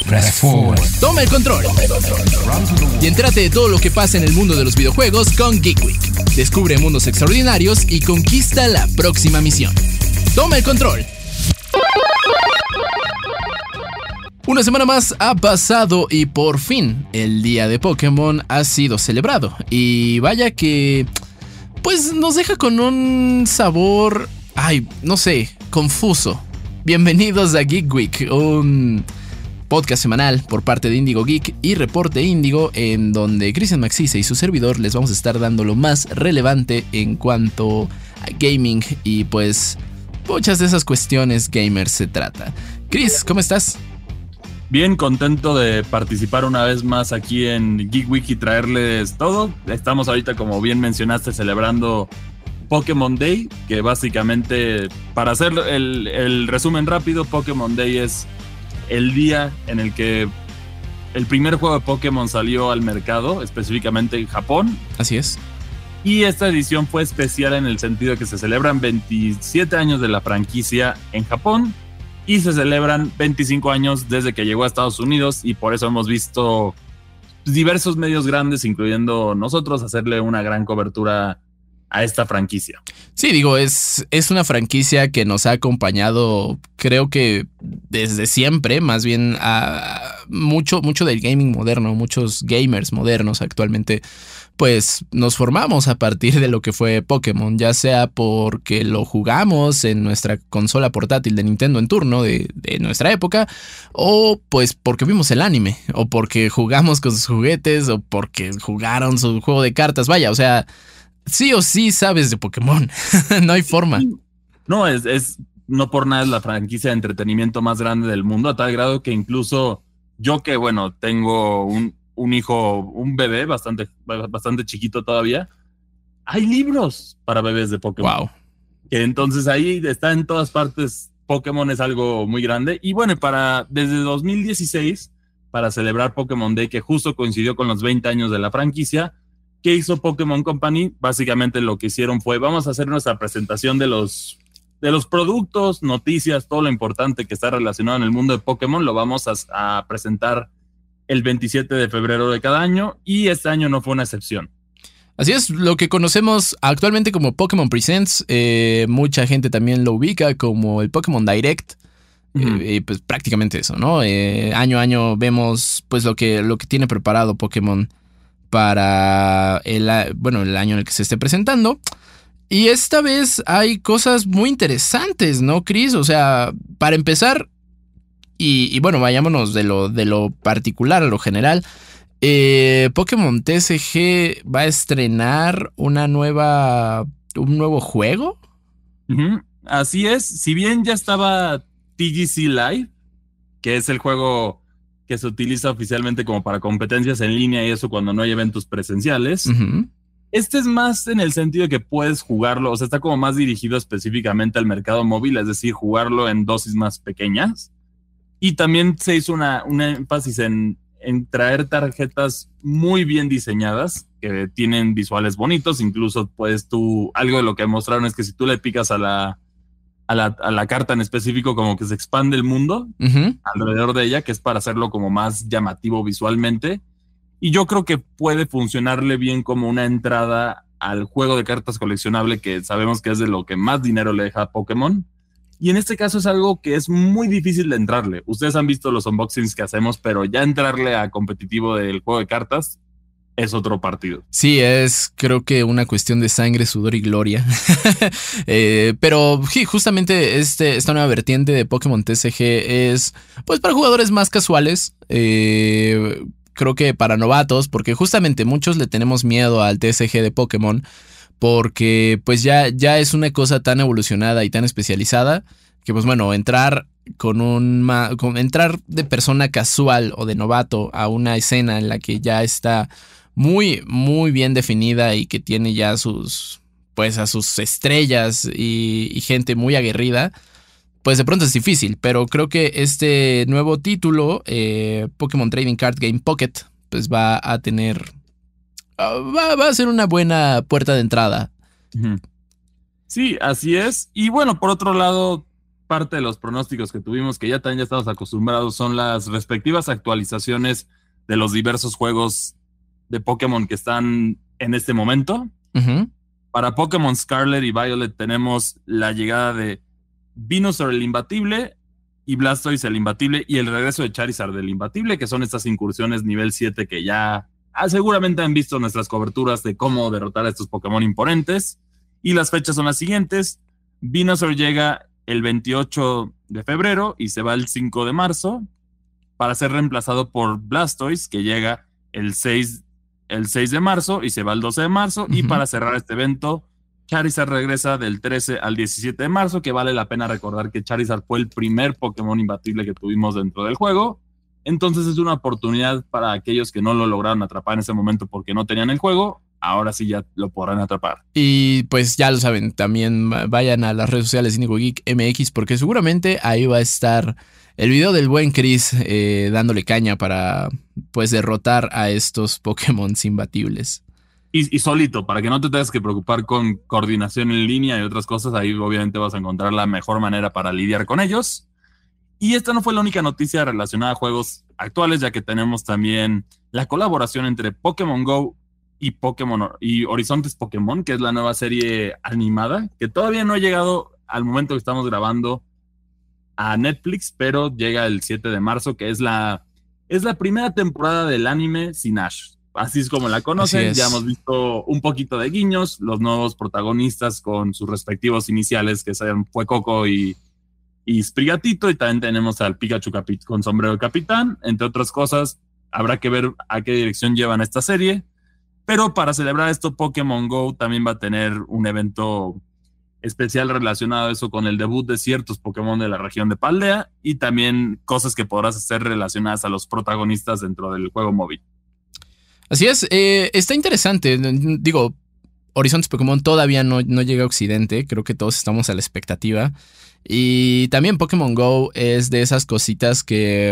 Press forward. Toma el control y entérate de todo lo que pasa en el mundo de los videojuegos con Geek Week. Descubre mundos extraordinarios y conquista la próxima misión. Toma el control. Una semana más ha pasado y por fin el día de Pokémon ha sido celebrado. Y vaya que, pues nos deja con un sabor, no sé, confuso. Bienvenidos a Geek Week, un podcast semanal por parte de Indigo Geek y Reporte Indigo, en donde Cristian Maxice y su servidor les vamos a estar dando lo más relevante en cuanto a gaming y pues muchas de esas cuestiones gamers se trata. Chris, ¿cómo estás? Bien, contento de participar una vez más aquí en Geek Week y traerles todo. Estamos ahorita, como bien mencionaste, celebrando Pokémon Day, que básicamente, para hacer el resumen rápido, Pokémon Day es el día en el que el primer juego de Pokémon salió al mercado, específicamente en Japón. Así es. Y esta edición fue especial en el sentido de que se celebran 27 años de la franquicia en Japón y se celebran 25 años desde que llegó a Estados Unidos, y por eso hemos visto diversos medios grandes, incluyendo nosotros, hacerle una gran cobertura a esta franquicia. Sí, digo, es una franquicia que nos ha acompañado, creo que desde siempre, más bien a mucho del gaming moderno. Muchos gamers modernos actualmente pues nos formamos a partir de lo que fue Pokémon, ya sea porque lo jugamos en nuestra consola portátil de Nintendo en turno de nuestra época, o pues porque vimos el anime, o porque jugamos con sus juguetes, o porque jugaron su juego de cartas. Vaya, o sea, sí o sí sabes de Pokémon. No hay forma. No, no por nada es la franquicia de entretenimiento más grande del mundo, a tal grado que incluso yo, que bueno, tengo un hijo, un bebé bastante chiquito todavía, hay libros para bebés de Pokémon. Wow. Que entonces ahí está en todas partes. Pokémon es algo muy grande. Y bueno, desde 2016, para celebrar Pokémon Day, que justo coincidió con los 20 años de la franquicia, ¿qué hizo Pokémon Company? Básicamente lo que hicieron fue: vamos a hacer nuestra presentación de los productos, noticias, todo lo importante que está relacionado en el mundo de Pokémon, lo vamos a presentar el 27 de febrero de cada año, y este año no fue una excepción. Así es, lo que conocemos actualmente como Pokémon Presents, mucha gente también lo ubica como el Pokémon Direct. Pues prácticamente eso, ¿no? Año a año vemos pues lo que tiene preparado Pokémon para el año en el que se esté presentando. Y esta vez hay cosas muy interesantes, ¿no, Chris? O sea, para empezar, y bueno, vayámonos de lo particular a lo general. Pokémon TCG va a estrenar un nuevo juego. Así es. Si bien ya estaba TGC Live, que es el juego que se utiliza oficialmente como para competencias en línea y eso cuando no hay eventos presenciales. Este es más en el sentido de que puedes jugarlo, o sea, está como más dirigido específicamente al mercado móvil, es decir, jugarlo en dosis más pequeñas. Y también se hizo un énfasis en traer tarjetas muy bien diseñadas, que tienen visuales bonitos. Incluso puedes algo de lo que mostraron es que si tú le picas a la carta en específico, como que se expande el mundo alrededor de ella, que es para hacerlo como más llamativo visualmente. Y yo creo que puede funcionarle bien como una entrada al juego de cartas coleccionable, que sabemos que es de lo que más dinero le deja a Pokémon. Y en este caso es algo que es muy difícil de entrarle. Ustedes han visto los unboxings que hacemos, pero ya entrarle a competitivo del juego de cartas es otro partido. Sí, es creo que una cuestión de sangre, sudor y gloria. Pero sí, justamente esta nueva vertiente de Pokémon TCG es pues para jugadores más casuales. Creo que para novatos, porque justamente muchos le tenemos miedo al TCG de Pokémon, porque pues ya es una cosa tan evolucionada y tan especializada que pues bueno, entrar entrar de persona casual o de novato a una escena en la que ya está muy muy bien definida y que tiene ya a sus estrellas y gente muy aguerrida, pues de pronto es difícil. Pero creo que este nuevo título, Pokémon Trading Card Game Pocket, pues va a ser una buena puerta de entrada. Sí, así es. Y bueno, por otro lado, parte de los pronósticos que tuvimos, que ya también ya estamos acostumbrados, son las respectivas actualizaciones de los diversos juegos de Pokémon que están en este momento. Uh-huh. Para Pokémon Scarlet y Violet tenemos la llegada de Venusaur el Imbatible y Blastoise el Imbatible y el regreso de Charizard el Imbatible, que son estas incursiones nivel 7 que ya seguramente han visto nuestras coberturas de cómo derrotar a estos Pokémon imponentes. Y las fechas son las siguientes. Venusaur llega el 28 de febrero y se va el 5 de marzo para ser reemplazado por Blastoise, que llega el 6 de marzo y se va el 12 de marzo. Uh-huh. Y para cerrar este evento, Charizard regresa del 13 al 17 de marzo, que vale la pena recordar que Charizard fue el primer Pokémon imbatible que tuvimos dentro del juego. Entonces es una oportunidad para aquellos que no lo lograron atrapar en ese momento porque no tenían el juego. Ahora sí ya lo podrán atrapar. Y pues ya lo saben, también vayan a las redes sociales Inigo Geek MX porque seguramente ahí va a estar el video del buen Chris dándole caña para pues derrotar a estos Pokémon imbatibles. Y solito, para que no te tengas que preocupar con coordinación en línea y otras cosas, ahí obviamente vas a encontrar la mejor manera para lidiar con ellos. Y esta no fue la única noticia relacionada a juegos actuales, ya que tenemos también la colaboración entre Pokémon Go y Horizontes Pokémon, que es la nueva serie animada, que todavía no ha llegado al momento que estamos grabando a Netflix, pero llega el 7 de marzo, que es la primera temporada del anime sin Ash. Así es como la conocen. Ya hemos visto un poquito de guiños, los nuevos protagonistas con sus respectivos iniciales, que fue Coco y Sprigatito, y también tenemos al Pikachu con sombrero de capitán, entre otras cosas. Habrá que ver a qué dirección llevan esta serie. Pero para celebrar esto, Pokémon Go también va a tener un evento especial relacionado a eso con el debut de ciertos Pokémon de la región de Paldea y también cosas que podrás hacer relacionadas a los protagonistas dentro del juego móvil. Así es, está interesante. Digo, Horizontes Pokémon todavía no llega a Occidente, creo que todos estamos a la expectativa. Y también Pokémon Go es de esas cositas que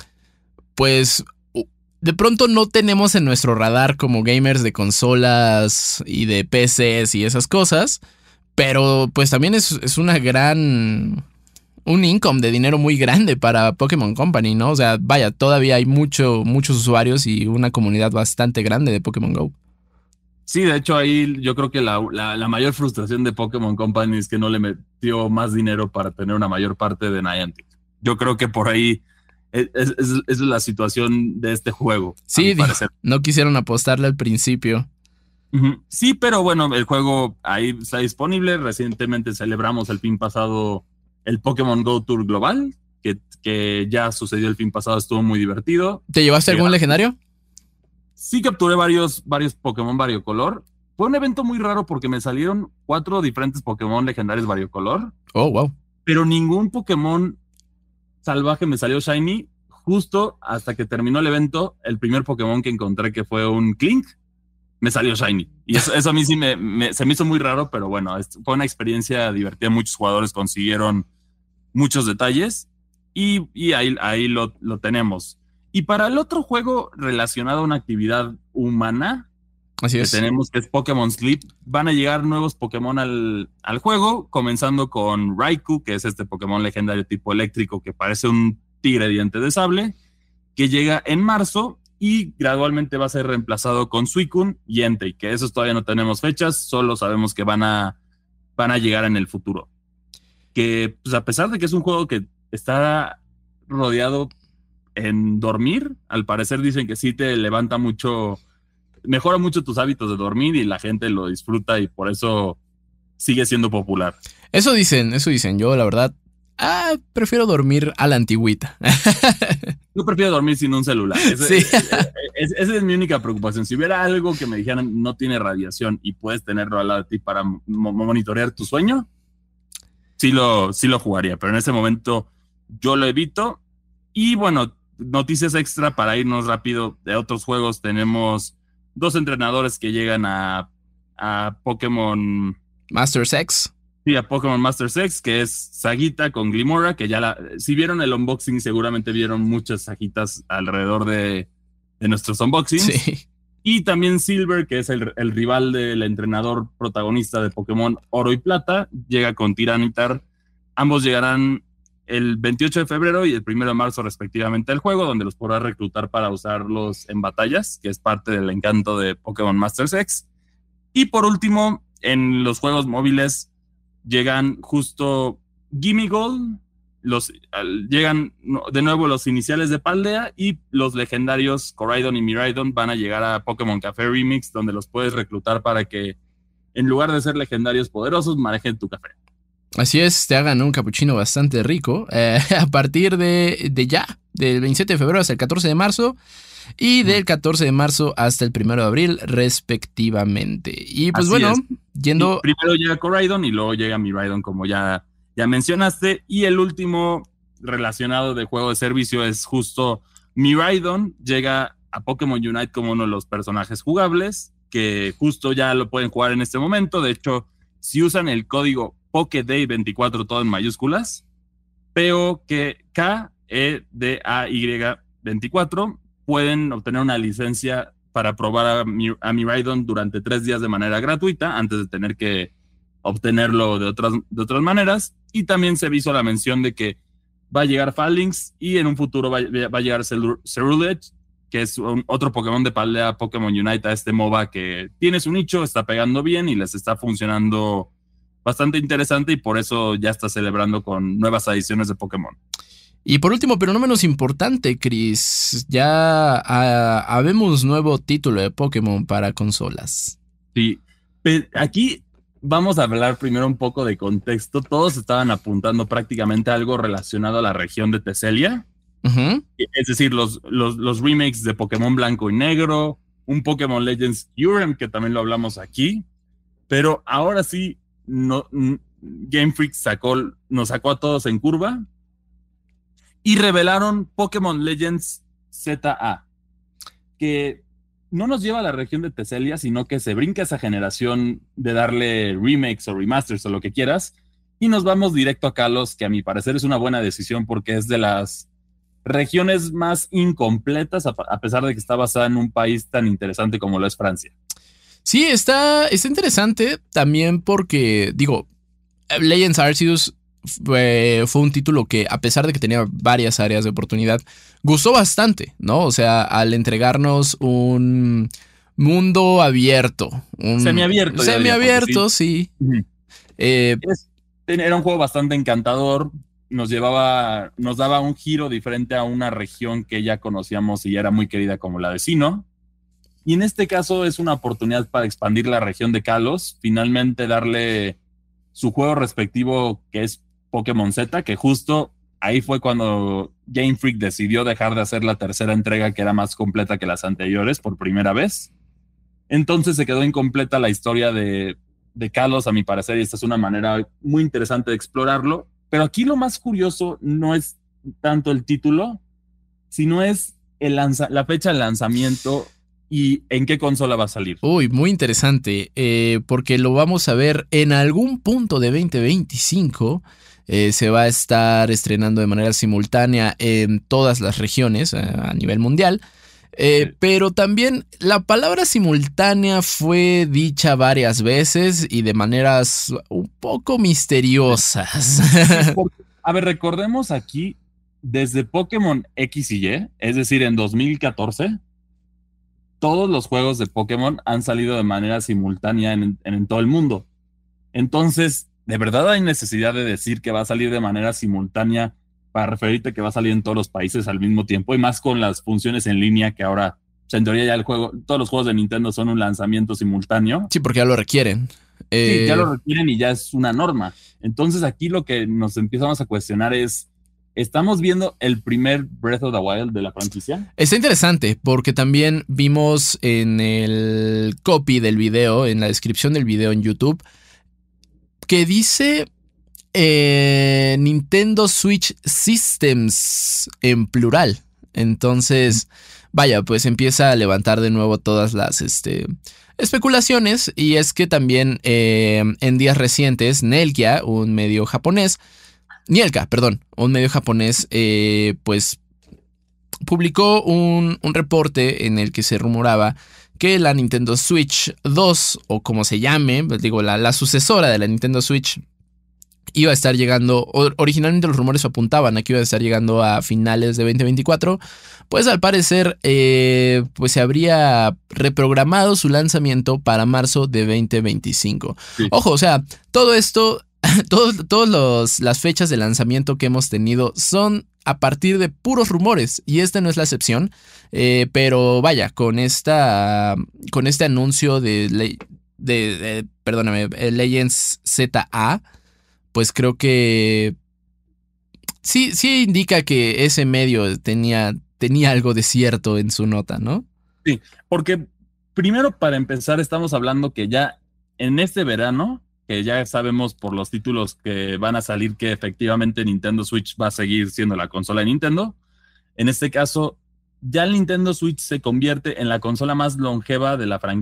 pues de pronto no tenemos en nuestro radar como gamers de consolas y de PCs y esas cosas, pero pues también es una gran... un income de dinero muy grande para Pokémon Company, ¿no? O sea, vaya, todavía hay muchos usuarios y una comunidad bastante grande de Pokémon Go. Sí, de hecho ahí yo creo que la mayor frustración de Pokémon Company es que no le metió más dinero para tener una mayor parte de Niantic. Yo creo que por ahí es la situación de este juego. Sí, no quisieron apostarle al principio. Uh-huh. Sí, pero bueno, el juego ahí está disponible. Recientemente celebramos el fin pasado el Pokémon Go Tour Global, que ya sucedió el fin pasado, estuvo muy divertido. ¿Te llevaste algún legendario? Sí, capturé varios Pokémon variocolor. Fue un evento muy raro porque me salieron 4 diferentes Pokémon legendarios variocolor. Oh, wow. Pero ningún Pokémon salvaje me salió shiny. Justo hasta que terminó el evento, el primer Pokémon que encontré, que fue un Klink, me salió shiny. Y eso a mí sí se me hizo muy raro, pero bueno, fue una experiencia divertida. Muchos jugadores consiguieron muchos detalles y ahí lo tenemos. Y para el otro juego relacionado a una actividad humana, así es, que tenemos, que es Pokémon Sleep, van a llegar nuevos Pokémon al juego, comenzando con Raikou, que es este Pokémon legendario tipo eléctrico que parece un tigre diente de sable, que llega en marzo y gradualmente va a ser reemplazado con Suicune y Entei, que esos todavía no tenemos fechas, solo sabemos que van a llegar en el futuro. Que pues a pesar de que es un juego que está rodeado en dormir, al parecer dicen que sí te levanta mucho, mejora mucho tus hábitos de dormir y la gente lo disfruta y por eso sigue siendo popular. Eso dicen. Yo la verdad prefiero dormir a la antigüita. Yo prefiero dormir sin un celular. Sí. Esa es mi única preocupación. Si hubiera algo que me dijeran no tiene radiación y puedes tenerlo al lado de ti para monitorear tu sueño, sí lo jugaría, pero en ese momento yo lo evito. Y bueno, noticias extra para irnos rápido de otros juegos. Tenemos 2 entrenadores que llegan a Pokémon Masters X. Sí, a Pokémon Masters X, que es Sagita con Glimora, que si vieron el unboxing seguramente vieron muchas Sagitas alrededor de nuestros unboxings. Sí. Y también Silver, que es el rival del entrenador protagonista de Pokémon Oro y Plata, llega con Tiranitar. Ambos llegarán el 28 de febrero y el 1 de marzo respectivamente el juego, donde los podrás reclutar para usarlos en batallas, que es parte del encanto de Pokémon Masters X. Y por último, en los juegos móviles llegan justo Gimme Gold, llegan de nuevo los iniciales de Paldea y los legendarios Koraidon y Miraidon van a llegar a Pokémon Café Remix, donde los puedes reclutar para que en lugar de ser legendarios poderosos manejen tu café. Así es, te hagan un capuchino bastante rico a partir del 27 de febrero hasta el 14 de marzo y del 14 de marzo hasta el 1 de abril respectivamente. Y pues Así es. yendo... Y primero llega Koraidon y luego llega Miraidon, como ya mencionaste, y el último relacionado de juego de servicio es justo Miraidon, llega a Pokémon Unite como uno de los personajes jugables, que justo ya lo pueden jugar en este momento. De hecho, si usan el código POKEDAY24, todo en mayúsculas, POKEDAY24, pueden obtener una licencia para probar a Miraidon durante 3 días de manera gratuita, antes de tener que obtenerlo de otras maneras. Y también se hizo la mención de que va a llegar Phalanx y en un futuro va a llegar Cerulege, que es otro Pokémon de Paldea Pokémon Unite, a este MOBA que tiene su nicho, está pegando bien y les está funcionando bastante interesante, y por eso ya está celebrando con nuevas ediciones de Pokémon. Y por último, pero no menos importante, Chris, ya habemos nuevo título de Pokémon para consolas. Sí, aquí vamos a hablar primero un poco de contexto. Todos estaban apuntando prácticamente a algo relacionado a la región de Teselia. Uh-huh. Es decir, los remakes de Pokémon Blanco y Negro, un Pokémon Legends Kyurem, que también lo hablamos aquí. Pero ahora sí, Game Freak nos sacó a todos en curva y revelaron Pokémon Legends ZA, que no nos lleva a la región de Teselia, sino que se brinca esa generación de darle remakes o remasters o lo que quieras, y nos vamos directo a Kalos, que a mi parecer es una buena decisión porque es de las regiones más incompletas, a pesar de que está basada en un país tan interesante como lo es Francia. Sí, está interesante también porque, digo, Legends Arceus fue un título que, a pesar de que tenía varias áreas de oportunidad, gustó bastante, ¿no? O sea, al entregarnos un mundo abierto. Semiabierto. Semiabierto, sí. Uh-huh. Era un juego bastante encantador. Nos daba un giro diferente a una región que ya conocíamos y ya era muy querida como la de Sinnoh. Y en este caso es una oportunidad para expandir la región de Kalos, finalmente darle su juego respectivo, que es Pokémon Z, que justo ahí fue cuando Game Freak decidió dejar de hacer la tercera entrega, que era más completa que las anteriores por primera vez. Entonces se quedó incompleta la historia de Kalos, a mi parecer, y esta es una manera muy interesante de explorarlo. Pero aquí lo más curioso no es tanto el título, sino es la fecha de lanzamiento y en qué consola va a salir. Uy, muy interesante, porque lo vamos a ver en algún punto de 2025. Se va a estar estrenando de manera simultánea en todas las regiones a nivel mundial. Pero también la palabra simultánea fue dicha varias veces y de maneras un poco misteriosas. A ver, recordemos aquí, desde Pokémon X y Y, es decir, en 2014, todos los juegos de Pokémon han salido de manera simultánea en todo el mundo. Entonces, ¿de verdad hay necesidad de decir que va a salir de manera simultánea para referirte que va a salir en todos los países al mismo tiempo? Y más con las funciones en línea que ahora, o sea, en teoría ya todos los juegos de Nintendo son un lanzamiento simultáneo. Sí, porque ya lo requieren. Sí, ya lo requieren y ya es una norma. Entonces aquí lo que nos empezamos a cuestionar es, ¿estamos viendo el primer Breath of the Wild de la franquicia? Está interesante porque también vimos en el copy del video, en la descripción del video en YouTube, que dice Nintendo Switch Systems en plural. Entonces, vaya, pues empieza a levantar de nuevo todas las especulaciones. Y es que también en días recientes, Nielka, un medio japonés, pues publicó un reporte en el que se rumoraba que la Nintendo Switch 2, o como se llame, digo, la sucesora de la Nintendo Switch, iba a estar llegando, originalmente los rumores apuntaban a que iba a estar llegando a finales de 2024, pues al parecer pues se habría reprogramado su lanzamiento para marzo de 2025. Sí. Ojo, o sea, todo esto, todas las fechas de lanzamiento que hemos tenido son a partir de puros rumores y esta no es la excepción, pero vaya, con este anuncio perdóname, Legends ZA, pues creo que sí indica que ese medio tenía algo de cierto en su nota, ¿no? Sí, porque primero, para empezar, estamos hablando que ya en este verano, que ya sabemos por los títulos que van a salir que efectivamente Nintendo Switch va a seguir siendo la consola de Nintendo. En este caso, ya el Nintendo Switch se convierte en la consola más longeva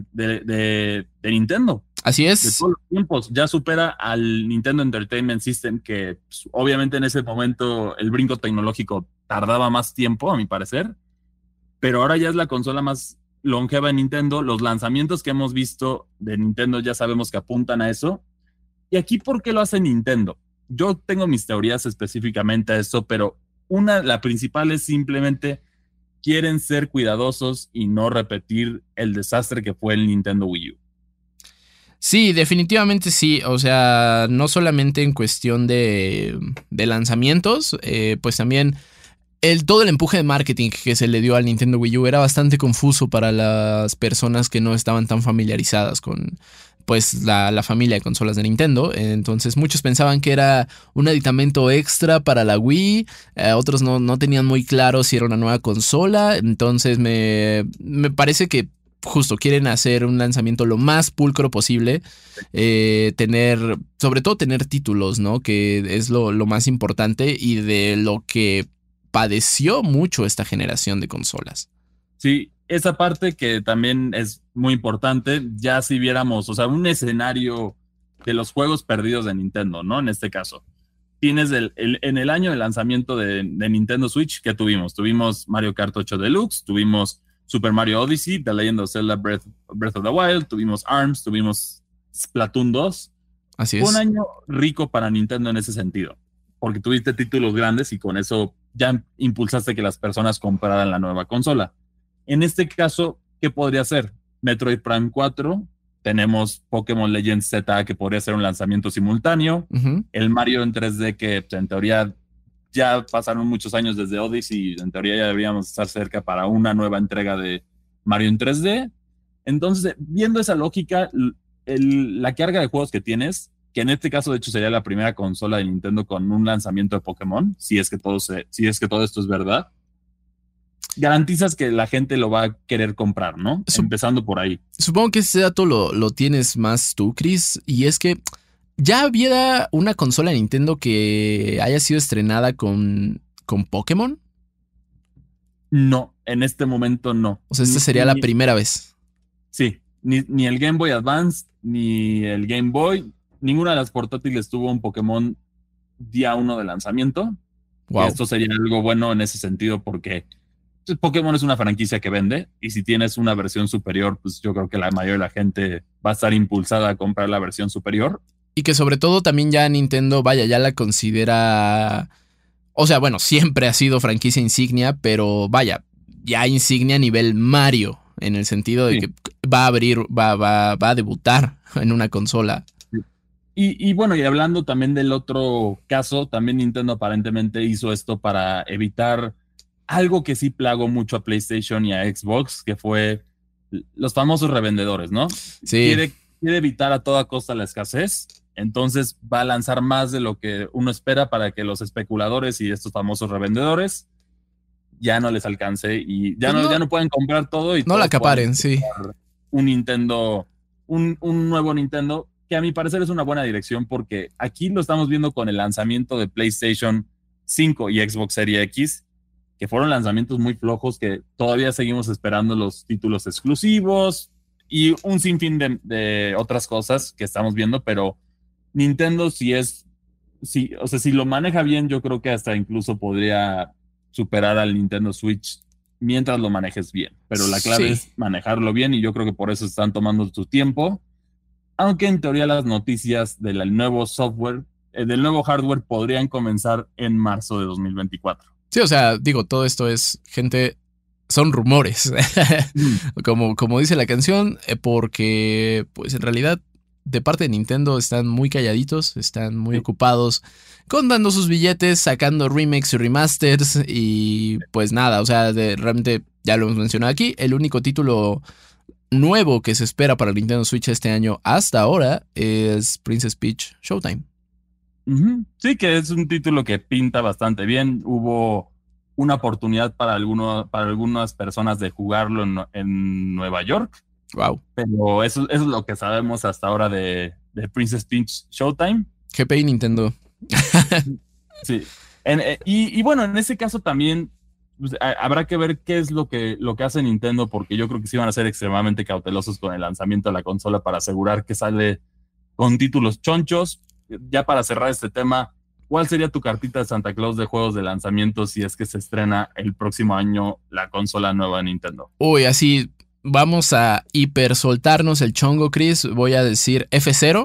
de Nintendo. Así es. De todos los tiempos. Ya supera al Nintendo Entertainment System, que pues, obviamente en ese momento el brinco tecnológico tardaba más tiempo, a mi parecer. Pero ahora ya es la consola más longeva de Nintendo. Los lanzamientos que hemos visto de Nintendo ya sabemos que apuntan a eso. ¿Y aquí por qué lo hace Nintendo? Yo tengo mis teorías específicamente a eso, pero la principal es simplemente quieren ser cuidadosos y no repetir el desastre que fue el Nintendo Wii U. Sí, definitivamente sí. O sea, no solamente en cuestión de lanzamientos, pues también todo el empuje de marketing que se le dio al Nintendo Wii U era bastante confuso para las personas que no estaban tan familiarizadas con pues la familia de consolas de Nintendo. Entonces muchos pensaban que era un aditamento extra para la Wii, otros no tenían muy claro si era una nueva consola. Entonces me parece que justo quieren hacer un lanzamiento lo más pulcro posible, sobre todo tener títulos, ¿no? Que es lo más importante y de lo que padeció mucho esta generación de consolas. Sí, esa parte que también es muy importante, ya si viéramos, o sea, un escenario de los juegos perdidos de Nintendo, ¿no? En este caso, tienes en el año de lanzamiento de Nintendo Switch, ¿qué tuvimos? Tuvimos Mario Kart 8 Deluxe, tuvimos Super Mario Odyssey, The Legend of Zelda Breath of the Wild, tuvimos ARMS, tuvimos Splatoon 2. Así es. Fue un año rico para Nintendo en ese sentido, porque tuviste títulos grandes y con eso ya impulsaste que las personas compraran la nueva consola. En este caso, ¿qué podría ser? Metroid Prime 4, tenemos Pokémon Legends Z, que podría ser un lanzamiento simultáneo, el Mario en 3D, que en teoría ya pasaron muchos años desde Odyssey y en teoría ya deberíamos estar cerca para una nueva entrega de Mario en 3D. Entonces, viendo esa lógica, la carga de juegos que tienes, que en este caso de hecho sería la primera consola de Nintendo con un lanzamiento de Pokémon, si es que todo esto es verdad, garantizas que la gente lo va a querer comprar, ¿no? Empezando por ahí. Supongo que ese dato lo tienes más tú, Chris, y es que ¿ya había una consola de Nintendo que haya sido estrenada con Pokémon? No, en este momento no. O sea, esta sería la primera vez. Sí, ni el Game Boy Advance, ni el Game Boy, ninguna de las portátiles tuvo un Pokémon día 1 de lanzamiento. Wow. Esto sería algo bueno en ese sentido porque Pokémon es una franquicia que vende y si tienes una versión superior, pues yo creo que la mayoría de la gente va a estar impulsada a comprar la versión superior. Y que sobre todo también ya Nintendo, vaya, ya la considera... O sea, bueno, siempre ha sido franquicia insignia, pero vaya, ya insignia a nivel Mario, en el sentido de que va a debutar en una consola. Y bueno, y hablando también del otro caso, también Nintendo aparentemente hizo esto para evitar algo que sí plagó mucho a PlayStation y a Xbox, que fue los famosos revendedores, ¿no? Sí. Quiere evitar a toda costa la escasez, entonces va a lanzar más de lo que uno espera para que los especuladores y estos famosos revendedores ya no les alcance y ya no pueden comprar todo y no la acaparen, sí. Un Nintendo, un nuevo Nintendo, que a mi parecer es una buena dirección porque aquí lo estamos viendo con el lanzamiento de PlayStation 5 y Xbox Series X, que fueron lanzamientos muy flojos que todavía seguimos esperando los títulos exclusivos y un sinfín de otras cosas que estamos viendo, pero Nintendo si lo maneja bien, yo creo que hasta incluso podría superar al Nintendo Switch mientras lo manejes bien, pero la clave es manejarlo bien y yo creo que por eso están tomando su tiempo, aunque en teoría las noticias del nuevo software del nuevo hardware podrían comenzar en marzo de 2024. Sí, o sea, digo, todo esto es gente, son rumores, como dice la canción, porque pues en realidad de parte de Nintendo están muy calladitos, están muy ocupados contando sus billetes, sacando remakes y remasters y pues nada, o sea, realmente ya lo hemos mencionado aquí, el único título nuevo que se espera para el Nintendo Switch este año hasta ahora es Princess Peach Showtime. Sí, que es un título que pinta bastante bien. Hubo una oportunidad para algunas personas de jugarlo en Nueva York. Wow. Pero eso es lo que sabemos hasta ahora de Princess Peach Showtime. GPI Nintendo. Sí. Y bueno, en ese caso también pues, habrá que ver qué es lo que hace Nintendo, porque yo creo que sí van a ser extremadamente cautelosos con el lanzamiento de la consola para asegurar que sale con títulos chonchos. Ya para cerrar este tema, ¿cuál sería tu cartita de Santa Claus de juegos de lanzamiento si es que se estrena el próximo año la consola nueva de Nintendo? Uy, así vamos a hiper soltarnos el chongo, Chris. Voy a decir F0.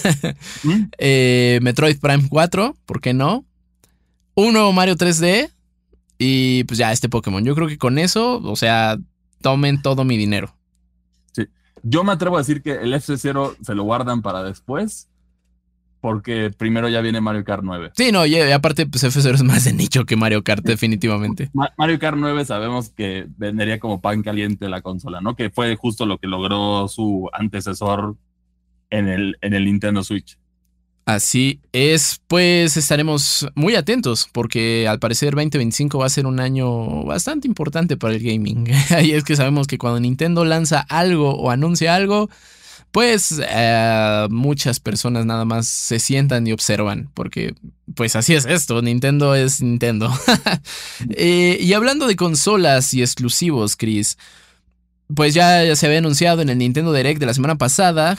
Metroid Prime 4, ¿por qué no? Un nuevo Mario 3D y pues ya este Pokémon. Yo creo que con eso, o sea, tomen todo mi dinero. Sí, yo me atrevo a decir que el F0 se lo guardan para después, porque primero ya viene Mario Kart 9. Sí, no, y aparte pues F0 es más de nicho que Mario Kart, definitivamente. Mario Kart 9 sabemos que vendería como pan caliente la consola, ¿no? Que fue justo lo que logró su antecesor en el Nintendo Switch. Así es, pues estaremos muy atentos porque al parecer 2025 va a ser un año bastante importante para el gaming. Y es que sabemos que cuando Nintendo lanza algo o anuncia algo, pues muchas personas nada más se sientan y observan, porque pues así es esto, Nintendo es Nintendo. Y hablando de consolas y exclusivos, Chris, pues ya se había anunciado en el Nintendo Direct de la semana pasada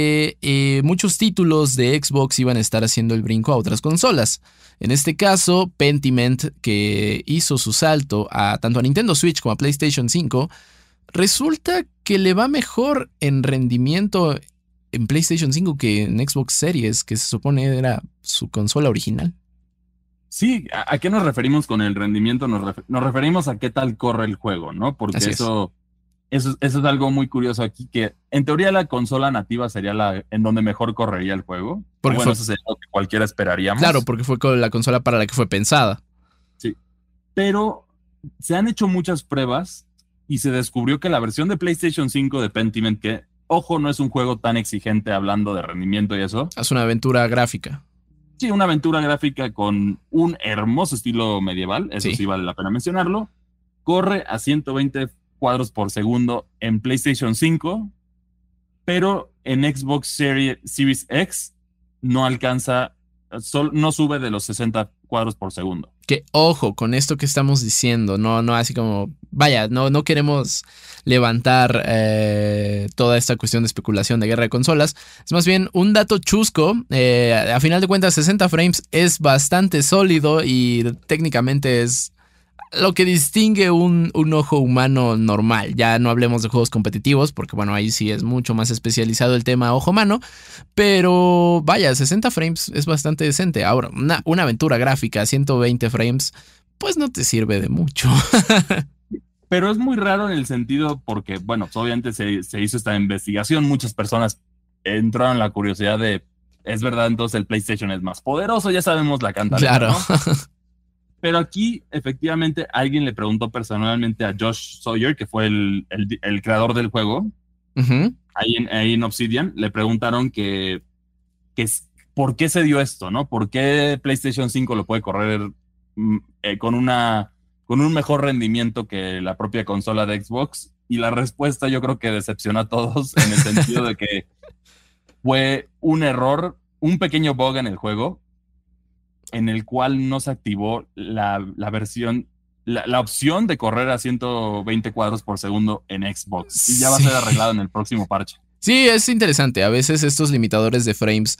que muchos títulos de Xbox iban a estar haciendo el brinco a otras consolas. En este caso, Pentiment, que hizo su salto tanto a Nintendo Switch como a PlayStation 5, resulta que le va mejor en rendimiento en PlayStation 5 que en Xbox Series, que se supone era su consola original. Sí, ¿a qué nos referimos con el rendimiento? Nos referimos a qué tal corre el juego, ¿no? Porque eso es algo muy curioso aquí, que en teoría la consola nativa sería en donde mejor correría el juego. Porque bueno, eso sería lo que cualquiera esperaríamos. Claro, porque fue con la consola para la que fue pensada. Sí, pero se han hecho muchas pruebas y se descubrió que la versión de PlayStation 5 de Pentiment, que, ojo, no es un juego tan exigente hablando de rendimiento y eso. Es una aventura gráfica. Sí, una aventura gráfica con un hermoso estilo medieval, eso sí vale la pena mencionarlo. Corre a 120 cuadros por segundo en PlayStation 5, pero en Xbox Series X no alcanza, no sube de los 60 cuadros por segundo. Que ojo con esto que estamos diciendo, no así como, vaya, no queremos levantar toda esta cuestión de especulación de guerra de consolas. Es más bien un dato chusco. A final de cuentas, 60 frames es bastante sólido y técnicamente es lo que distingue un ojo humano normal. Ya no hablemos de juegos competitivos, porque bueno, ahí sí es mucho más especializado el tema ojo-mano. Pero vaya, 60 frames es bastante decente. Ahora, una aventura gráfica a 120 frames, pues no te sirve de mucho. Pero es muy raro en el sentido porque, bueno, obviamente se hizo esta investigación. Muchas personas entraron en la curiosidad de, ¿es verdad entonces el PlayStation es más poderoso? Ya sabemos la cantaleta, claro, ¿no? Pero aquí, efectivamente, alguien le preguntó personalmente a Josh Sawyer, que fue el creador del juego, ahí en Obsidian, le preguntaron que por qué se dio esto, ¿no? ¿Por qué PlayStation 5 lo puede correr con un mejor rendimiento que la propia consola de Xbox? Y la respuesta yo creo que decepcionó a todos en el sentido de que fue un error, un pequeño bug en el juego, en el cual no se activó la versión, la opción de correr a 120 cuadros por segundo en Xbox. Y ya va a ser arreglado en el próximo parche. Sí, es interesante. A veces estos limitadores de frames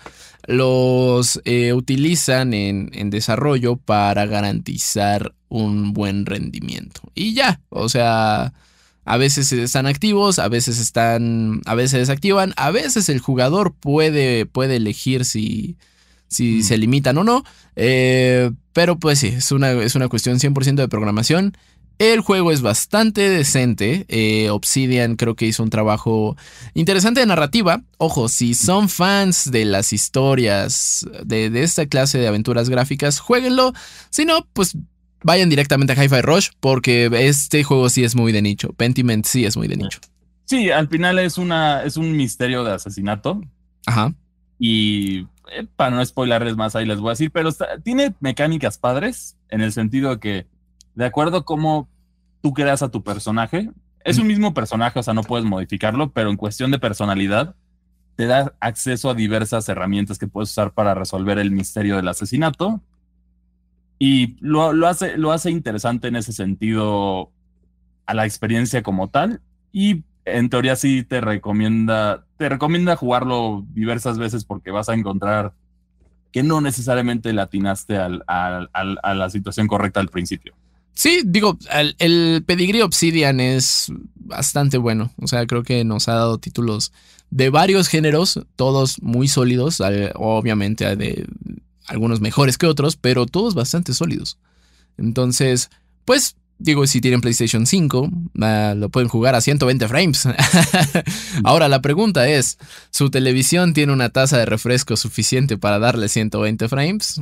los utilizan en desarrollo para garantizar un buen rendimiento. Y ya, o sea, a veces están activos, a veces se desactivan, a veces el jugador puede elegir si si se limitan o no. Pero pues sí, es una cuestión 100% de programación. El juego es bastante decente. Obsidian creo que hizo un trabajo interesante de narrativa. Ojo, si son fans de las historias de esta clase de aventuras gráficas, jueguenlo. Si no, pues vayan directamente a Hi-Fi Rush, porque este juego sí es muy de nicho. Pentiment sí es muy de nicho. Sí, al final es un misterio de asesinato. Ajá. Y para no spoilarles más, ahí les voy a decir, pero tiene mecánicas padres, en el sentido de que, de acuerdo a cómo tú creas a tu personaje, es un mismo personaje, o sea, no puedes modificarlo, pero en cuestión de personalidad, te da acceso a diversas herramientas que puedes usar para resolver el misterio del asesinato. Y lo hace interesante en ese sentido a la experiencia como tal. Y en teoría sí te recomienda jugarlo diversas veces, porque vas a encontrar que no necesariamente le atinaste a la situación correcta al principio. Sí, digo, el pedigrí Obsidian es bastante bueno. O sea, creo que nos ha dado títulos de varios géneros, todos muy sólidos. Obviamente de algunos mejores que otros, pero todos bastante sólidos. Entonces, pues, digo, si tienen PlayStation 5, lo pueden jugar a 120 frames. Ahora, la pregunta es, ¿su televisión tiene una tasa de refresco suficiente para darle 120 frames?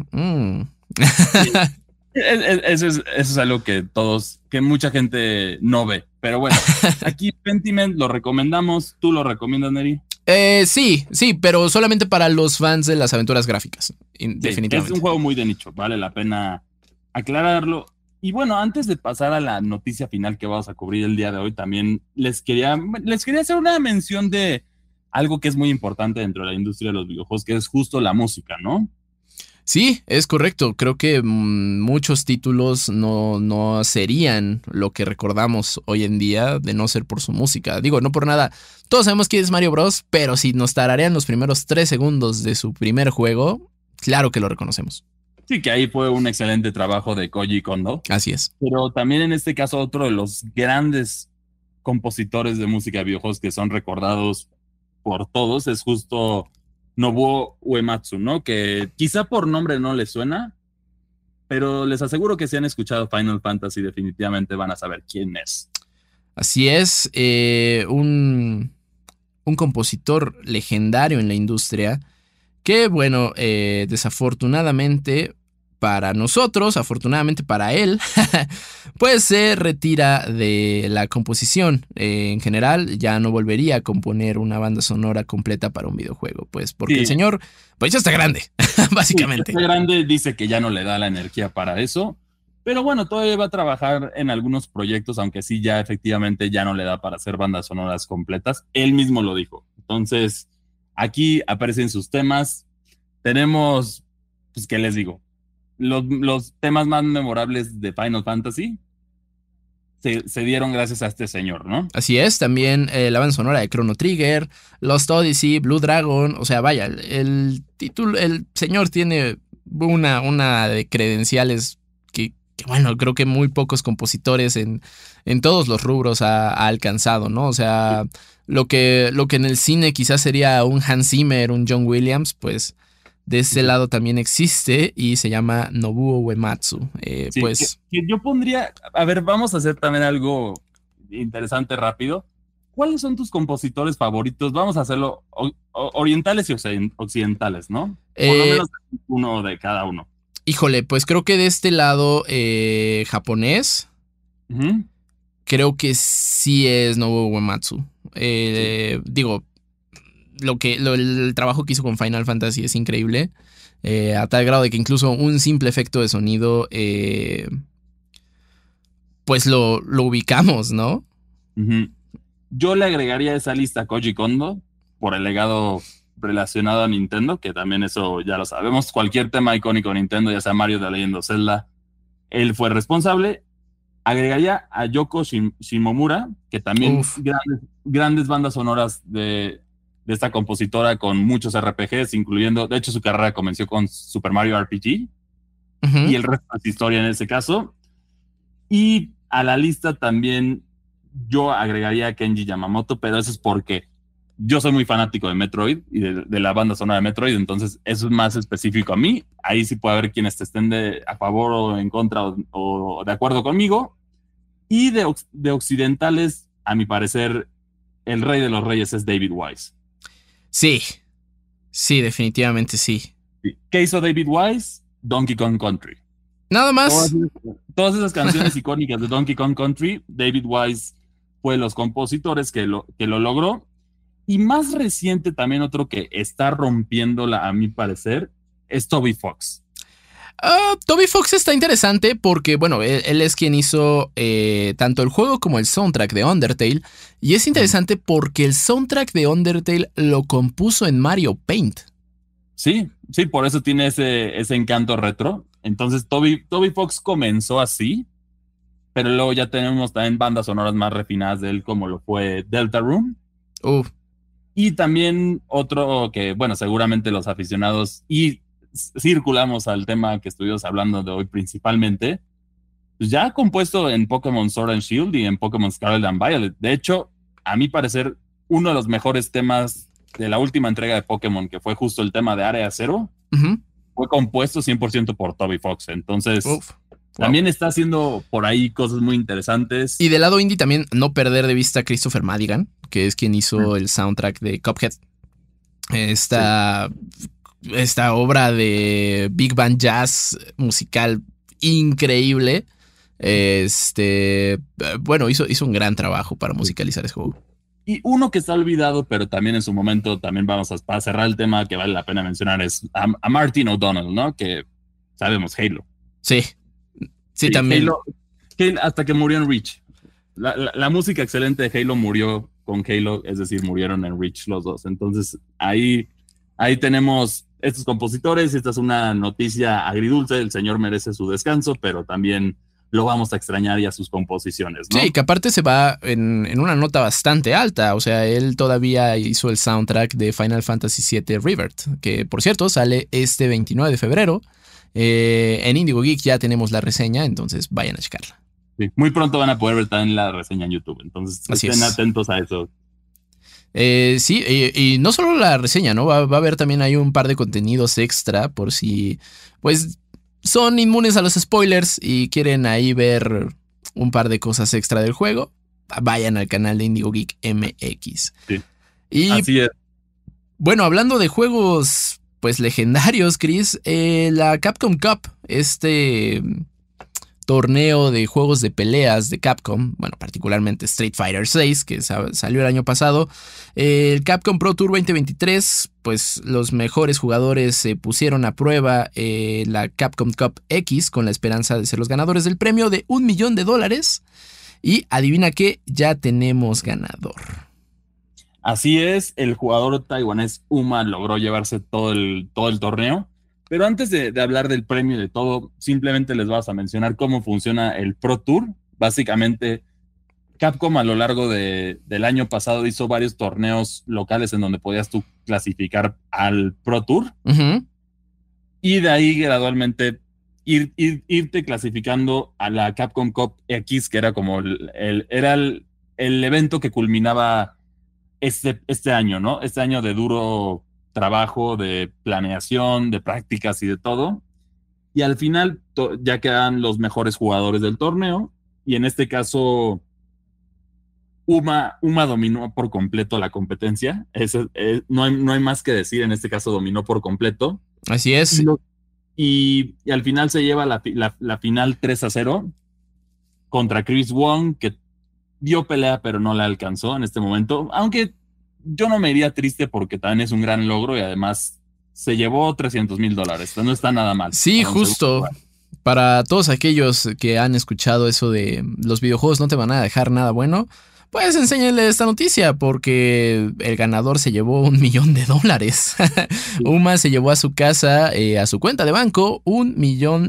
Eso es algo que mucha gente no ve. Pero bueno, aquí Pentiment lo recomendamos. ¿Tú lo recomiendas, Neri? Sí, pero solamente para los fans de las aventuras gráficas. Definitivamente. Es un juego muy de nicho, vale la pena aclararlo. Y bueno, antes de pasar a la noticia final que vamos a cubrir el día de hoy, también les quería hacer una mención de algo que es muy importante dentro de la industria de los videojuegos, que es justo la música, ¿no? Sí, es correcto. Creo que muchos títulos no serían lo que recordamos hoy en día de no ser por su música. Digo, no por nada. Todos sabemos quién es Mario Bros, pero si nos tararean los primeros 3 segundos de su primer juego, claro que lo reconocemos. Sí, que ahí fue un excelente trabajo de Koji Kondo. Así es. Pero también en este caso otro de los grandes compositores de música de videojuegos que son recordados por todos es justo Nobuo Uematsu, ¿no? Que quizá por nombre no les suena, pero les aseguro que si han escuchado Final Fantasy definitivamente van a saber quién es. Así es, un compositor legendario en la industria que, bueno, desafortunadamente para nosotros, afortunadamente para él, pues se retira de la composición. En general, ya no volvería a componer una banda sonora completa para un videojuego, pues porque sí. El señor, pues ya está grande, básicamente. Sí, está grande, dice que ya no le da la energía para eso, pero bueno, todavía va a trabajar en algunos proyectos, aunque sí, ya efectivamente ya no le da para hacer bandas sonoras completas. Él mismo lo dijo. Entonces, aquí aparecen sus temas. Tenemos, pues, ¿qué les digo? Los temas más memorables de Final Fantasy se dieron gracias a este señor, ¿no? Así es, también la banda sonora de Chrono Trigger, Lost Odyssey, Blue Dragon, o sea, vaya, el señor tiene una de credenciales que bueno, creo que muy pocos compositores en todos los rubros ha alcanzado, ¿no? O sea, sí. lo que en el cine quizás sería un Hans Zimmer, un John Williams, pues de ese lado también existe y se llama Nobuo Uematsu. Sí, pues que yo pondría, a ver, vamos a hacer también algo interesante rápido. ¿Cuáles son tus compositores favoritos? Vamos a hacerlo orientales y occidentales, ¿no? Por lo menos uno de cada uno. Híjole, pues creo que de este lado japonés, creo que sí es Nobuo Uematsu. Sí. Digo, el trabajo que hizo con Final Fantasy es increíble, a tal grado de que incluso un simple efecto de sonido pues lo ubicamos, ¿no? Yo le agregaría a esa lista a Koji Kondo por el legado relacionado a Nintendo, que también eso ya lo sabemos. Cualquier tema icónico de Nintendo, ya sea Mario, The Legend of Zelda, él fue responsable. Agregaría a Yoko Shimomura, que también grandes bandas sonoras de esta compositora con muchos RPGs, incluyendo, de hecho su carrera comenzó con Super Mario RPG, y el resto es historia en ese caso. Y a la lista también yo agregaría a Kenji Yamamoto, pero eso es porque yo soy muy fanático de Metroid y de la banda sonora de Metroid, entonces eso es más específico a mí. Ahí sí puede haber quienes estén a favor o en contra o de acuerdo conmigo. Y de occidentales, a mi parecer, el rey de los reyes es David Wise. Sí, sí, definitivamente sí. ¿Qué hizo David Wise? Donkey Kong Country. Nada más. Todas esas canciones icónicas de Donkey Kong Country, David Wise fue de los compositores que lo logró. Y más reciente también otro que está rompiéndola, a mi parecer, es Toby Fox. Toby Fox está interesante porque, bueno, él es quien hizo tanto el juego como el soundtrack de Undertale. Y es interesante porque el soundtrack de Undertale lo compuso en Mario Paint. Sí, por eso tiene ese encanto retro. Entonces Toby Fox comenzó así, pero luego ya tenemos también bandas sonoras más refinadas de él, como lo fue Deltarune. Y también otro que, bueno, seguramente los aficionados y circulamos al tema que estuvimos hablando de hoy principalmente, pues ya ha compuesto en Pokémon Sword and Shield y en Pokémon Scarlet and Violet. De hecho, a mi parecer, uno de los mejores temas de la última entrega de Pokémon, que fue justo el tema de Área Cero, fue compuesto 100% por Toby Fox. Entonces, también está haciendo por ahí cosas muy interesantes. Y del lado indie también no perder de vista a Christopher Madigan, que es quien hizo el soundtrack de Cuphead. Esta obra de Big Band Jazz musical increíble. Bueno, hizo un gran trabajo para musicalizar ese juego. Y uno que está olvidado, pero también en su momento, también vamos a cerrar el tema que vale la pena mencionar, es a Martin O'Donnell, ¿no? Que sabemos, Halo. Sí, también. Halo, hasta que murió en Reach. La música excelente de Halo murió con Halo, es decir, murieron en Reach los dos. Entonces, ahí tenemos estos compositores. Esta es una noticia agridulce. El señor merece su descanso, pero también lo vamos a extrañar y a sus composiciones, ¿no? Sí, que aparte se va en una nota bastante alta. O sea, él todavía hizo el soundtrack de Final Fantasy VII Rebirth, que por cierto sale este 29 de febrero. En Indigo Geek ya tenemos la reseña, entonces vayan a checarla. Sí, muy pronto van a poder ver también la reseña en YouTube, entonces estén atentos a eso. Sí, y no solo la reseña, ¿no? Va a haber también ahí un par de contenidos extra por si, pues, son inmunes a los spoilers y quieren ahí ver un par de cosas extra del juego. Vayan al canal de Indigo Geek MX. Sí, y, así es. Bueno, hablando de juegos, pues, legendarios, Chris, la Capcom Cup, torneo de juegos de peleas de Capcom, bueno, particularmente Street Fighter VI, que salió el año pasado. El Capcom Pro Tour 2023, pues los mejores jugadores se pusieron a prueba la Capcom Cup X con la esperanza de ser los ganadores del premio de $1 millón. Y adivina qué, ya tenemos ganador. Así es, el jugador taiwanés Uma logró llevarse todo el torneo. Pero antes de hablar del premio y de todo, simplemente les vas a mencionar cómo funciona el Pro Tour. Básicamente, Capcom a lo largo del año pasado hizo varios torneos locales en donde podías tú clasificar al Pro Tour. Y de ahí gradualmente irte clasificando a la Capcom Cup X, que era como el evento que culminaba este año, ¿no? Este año de duro trabajo, de planeación, de prácticas y de todo. Y al final ya quedan los mejores jugadores del torneo. Y en este caso, Uma dominó por completo la competencia. No hay más que decir. En este caso dominó por completo. Así es. Y al final se lleva la final 3-0 contra Chris Wong, que dio pelea pero no la alcanzó en este momento. Aunque yo no me iría triste porque también es un gran logro y además se llevó $300,000. No está nada mal. Sí, justo. Para todos aquellos que han escuchado eso de los videojuegos no te van a dejar nada bueno, pues enséñenle esta noticia porque el ganador se llevó $1 millón. Uma se llevó a su casa, a su cuenta de banco, $1 millón.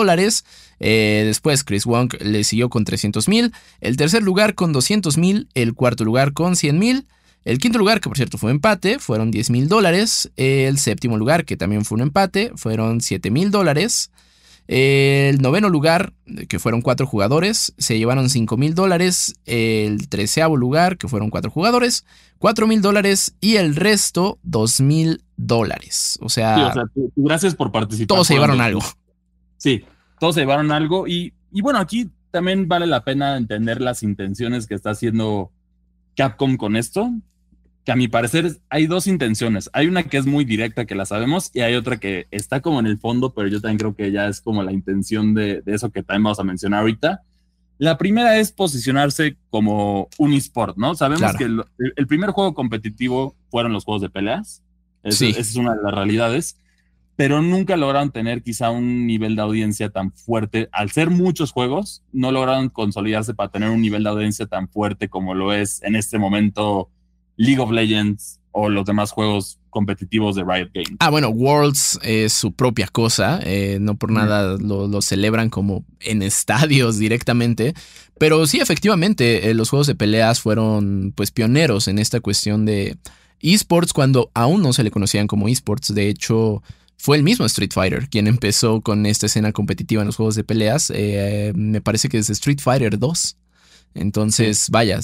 Después Chris Wong le siguió con 300,000. El tercer lugar con 200,000. El cuarto lugar con 100,000. El quinto lugar, que por cierto fue empate, fueron $10,000. El séptimo lugar, que también fue un empate, fueron $7,000. El noveno lugar, que fueron 4 jugadores, se llevaron $5,000. El 13º lugar, que fueron 4 jugadores, $4,000. Y el resto, $2,000. O sea, gracias por participar. Todos se llevaron algo. Sí, todos se llevaron algo. Y bueno, aquí también vale la pena entender las intenciones que está haciendo Capcom con esto. Que a mi parecer hay 2 intenciones. Hay una que es muy directa, que la sabemos, y hay otra que está como en el fondo, pero yo también creo que ya es como la intención de eso que también vamos a mencionar ahorita. La primera es posicionarse como un eSport, ¿no? Sabemos que el primer juego competitivo fueron los juegos de peleas. Esa es una de las realidades. Pero nunca lograron tener quizá un nivel de audiencia tan fuerte. Al ser muchos juegos, no lograron consolidarse para tener un nivel de audiencia tan fuerte como lo es en este momento League of Legends o los demás juegos competitivos de Riot Games. Bueno, Worlds es su propia cosa, no por nada lo celebran como en estadios directamente, pero sí, efectivamente, los juegos de peleas fueron pues pioneros en esta cuestión de esports cuando aún no se le conocían como esports. De hecho, fue el mismo Street Fighter quien empezó con esta escena competitiva en los juegos de peleas, me parece que desde Street Fighter 2. Entonces, vaya,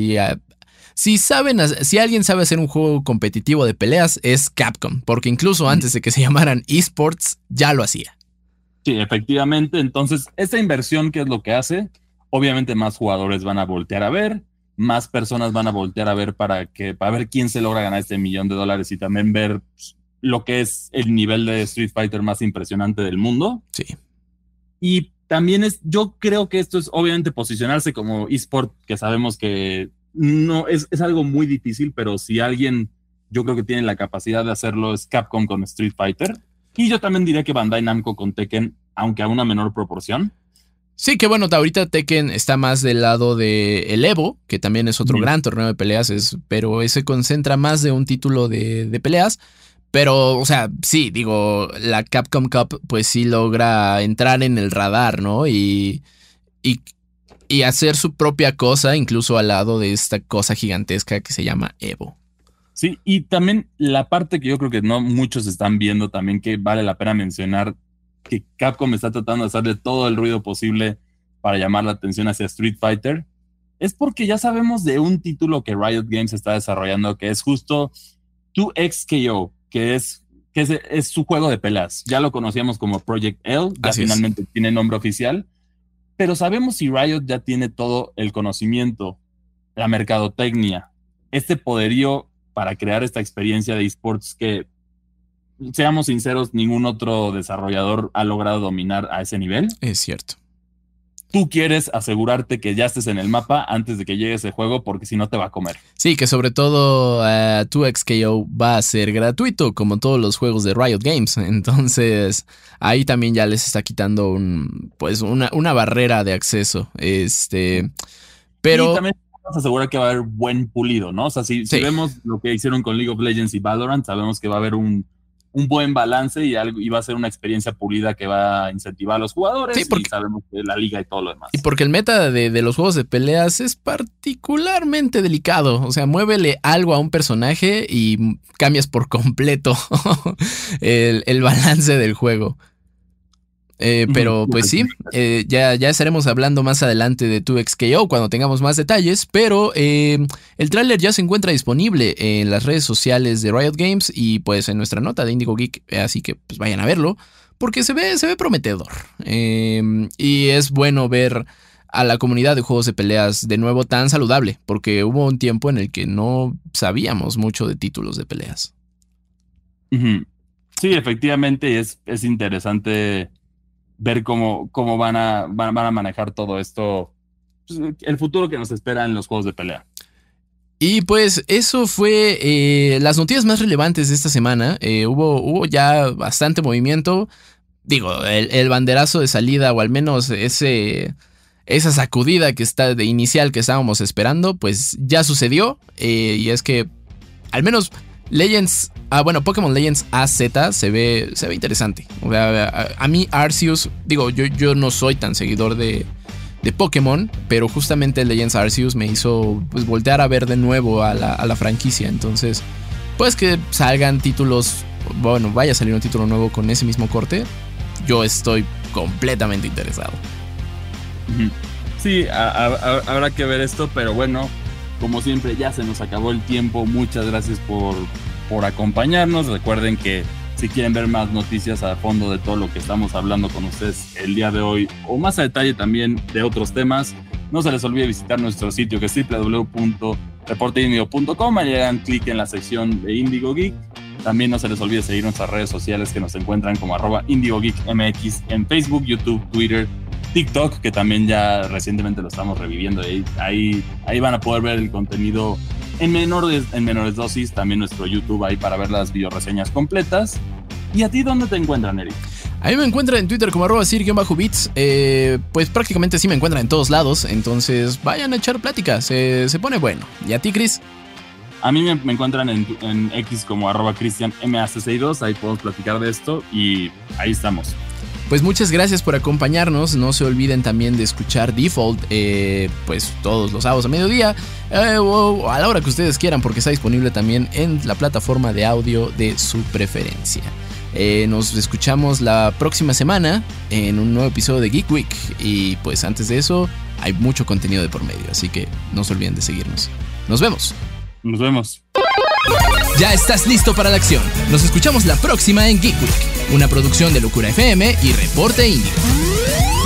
si alguien sabe hacer un juego competitivo de peleas, es Capcom, porque incluso antes de que se llamaran esports, ya lo hacía. Sí, efectivamente. Entonces, esta inversión, ¿qué es lo que hace? Obviamente más jugadores van a voltear a ver, más personas van a voltear a ver para ver quién se logra ganar este $1,000,000 y también ver lo que es el nivel de Street Fighter más impresionante del mundo. Sí. Y también yo creo que esto es obviamente posicionarse como eSport, que sabemos que no es algo muy difícil, pero si alguien yo creo que tiene la capacidad de hacerlo es Capcom con Street Fighter, y yo también diría que Bandai Namco con Tekken, aunque a una menor proporción. Sí, que bueno, ahorita Tekken está más del lado de el Evo, que también es otro gran torneo de peleas, pero ese concentra más de un título de peleas. Pero, o sea, sí, digo, la Capcom Cup pues sí logra entrar en el radar, ¿no? Y hacer su propia cosa, incluso al lado de esta cosa gigantesca que se llama Evo. Sí, y también la parte que yo creo que no muchos están viendo también, que vale la pena mencionar, que Capcom está tratando de hacerle todo el ruido posible para llamar la atención hacia Street Fighter, es porque ya sabemos de un título que Riot Games está desarrollando, que es justo 2XKO, que es su juego de peleas. Ya lo conocíamos como Project L, ya finalmente tiene nombre oficial. Pero sabemos si Riot ya tiene todo el conocimiento, la mercadotecnia, este poderío para crear esta experiencia de esports que, seamos sinceros, ningún otro desarrollador ha logrado dominar a ese nivel. Es cierto. Tú quieres asegurarte que ya estés en el mapa antes de que llegue ese juego, porque si no te va a comer. Sí, que sobre todo 2XKO va a ser gratuito, como todos los juegos de Riot Games. Entonces, ahí también ya les está quitando una barrera de acceso. Pero y también vamos a asegurar que va a haber buen pulido, ¿no? O sea, si vemos lo que hicieron con League of Legends y Valorant, sabemos que va a haber un buen balance y va a ser una experiencia pulida que va a incentivar a los jugadores, y sabemos que la liga y todo lo demás. Y porque el meta de los juegos de peleas es particularmente delicado. O sea, muévele algo a un personaje y cambias por completo el balance del juego. Pero pues sí, ya estaremos hablando más adelante de 2XKO cuando tengamos más detalles, pero el tráiler ya se encuentra disponible en las redes sociales de Riot Games y pues en nuestra nota de Indigo Geek, así que pues vayan a verlo porque se ve prometedor, y es bueno ver a la comunidad de juegos de peleas de nuevo tan saludable, porque hubo un tiempo en el que no sabíamos mucho de títulos de peleas. Sí, efectivamente es interesante ver cómo van a manejar todo esto, pues, el futuro que nos espera en los juegos de pelea. Y pues eso fue las noticias más relevantes de esta semana. Hubo ya bastante movimiento. Digo, el banderazo de salida, o al menos esa sacudida que está de inicial que estábamos esperando, pues ya sucedió. Y es que al menos Pokémon Legends AZ se ve interesante. O sea, a mí Arceus, digo, yo no soy tan seguidor de Pokémon, pero justamente Legends Arceus me hizo pues voltear a ver de nuevo a la franquicia. Entonces, pues que salgan títulos, vaya a salir un título nuevo con ese mismo corte, yo estoy completamente interesado. Sí, habrá que ver esto, pero bueno, como siempre ya se nos acabó el tiempo. Muchas gracias por acompañarnos. Recuerden que si quieren ver más noticias a fondo de todo lo que estamos hablando con ustedes el día de hoy, o más a detalle también de otros temas, no se les olvide visitar nuestro sitio, que es www.reporteindigo.com. Ahí hagan clic en la sección de Indigo Geek. También no se les olvide seguir nuestras redes sociales, que nos encuentran como @IndigoGeekMX en Facebook, YouTube, Twitter, TikTok, que también ya recientemente lo estamos reviviendo. Ahí van a poder ver el contenido en menores dosis. También nuestro YouTube ahí para ver las videoreseñas completas. ¿Y a ti dónde te encuentran, Eric? A mí me encuentran en Twitter como @sir_bits. Pues prácticamente sí me encuentran en todos lados. Entonces vayan a echar plática. Se pone bueno. ¿Y a ti, Chris? A mí me encuentran en X como @CristianMAC62. Ahí podemos platicar de esto y ahí estamos. Pues muchas gracias por acompañarnos. No se olviden también de escuchar Default, pues todos los sábados a mediodía, o a la hora que ustedes quieran, porque está disponible también en la plataforma de audio de su preferencia. Nos escuchamos la próxima semana en un nuevo episodio de Geek Week. Y pues antes de eso hay mucho contenido de por medio, así que no se olviden de seguirnos. Nos vemos. Nos vemos. Ya estás listo para la acción. Nos escuchamos la próxima en Geek Week, una producción de Locura FM y Reporte Índigo.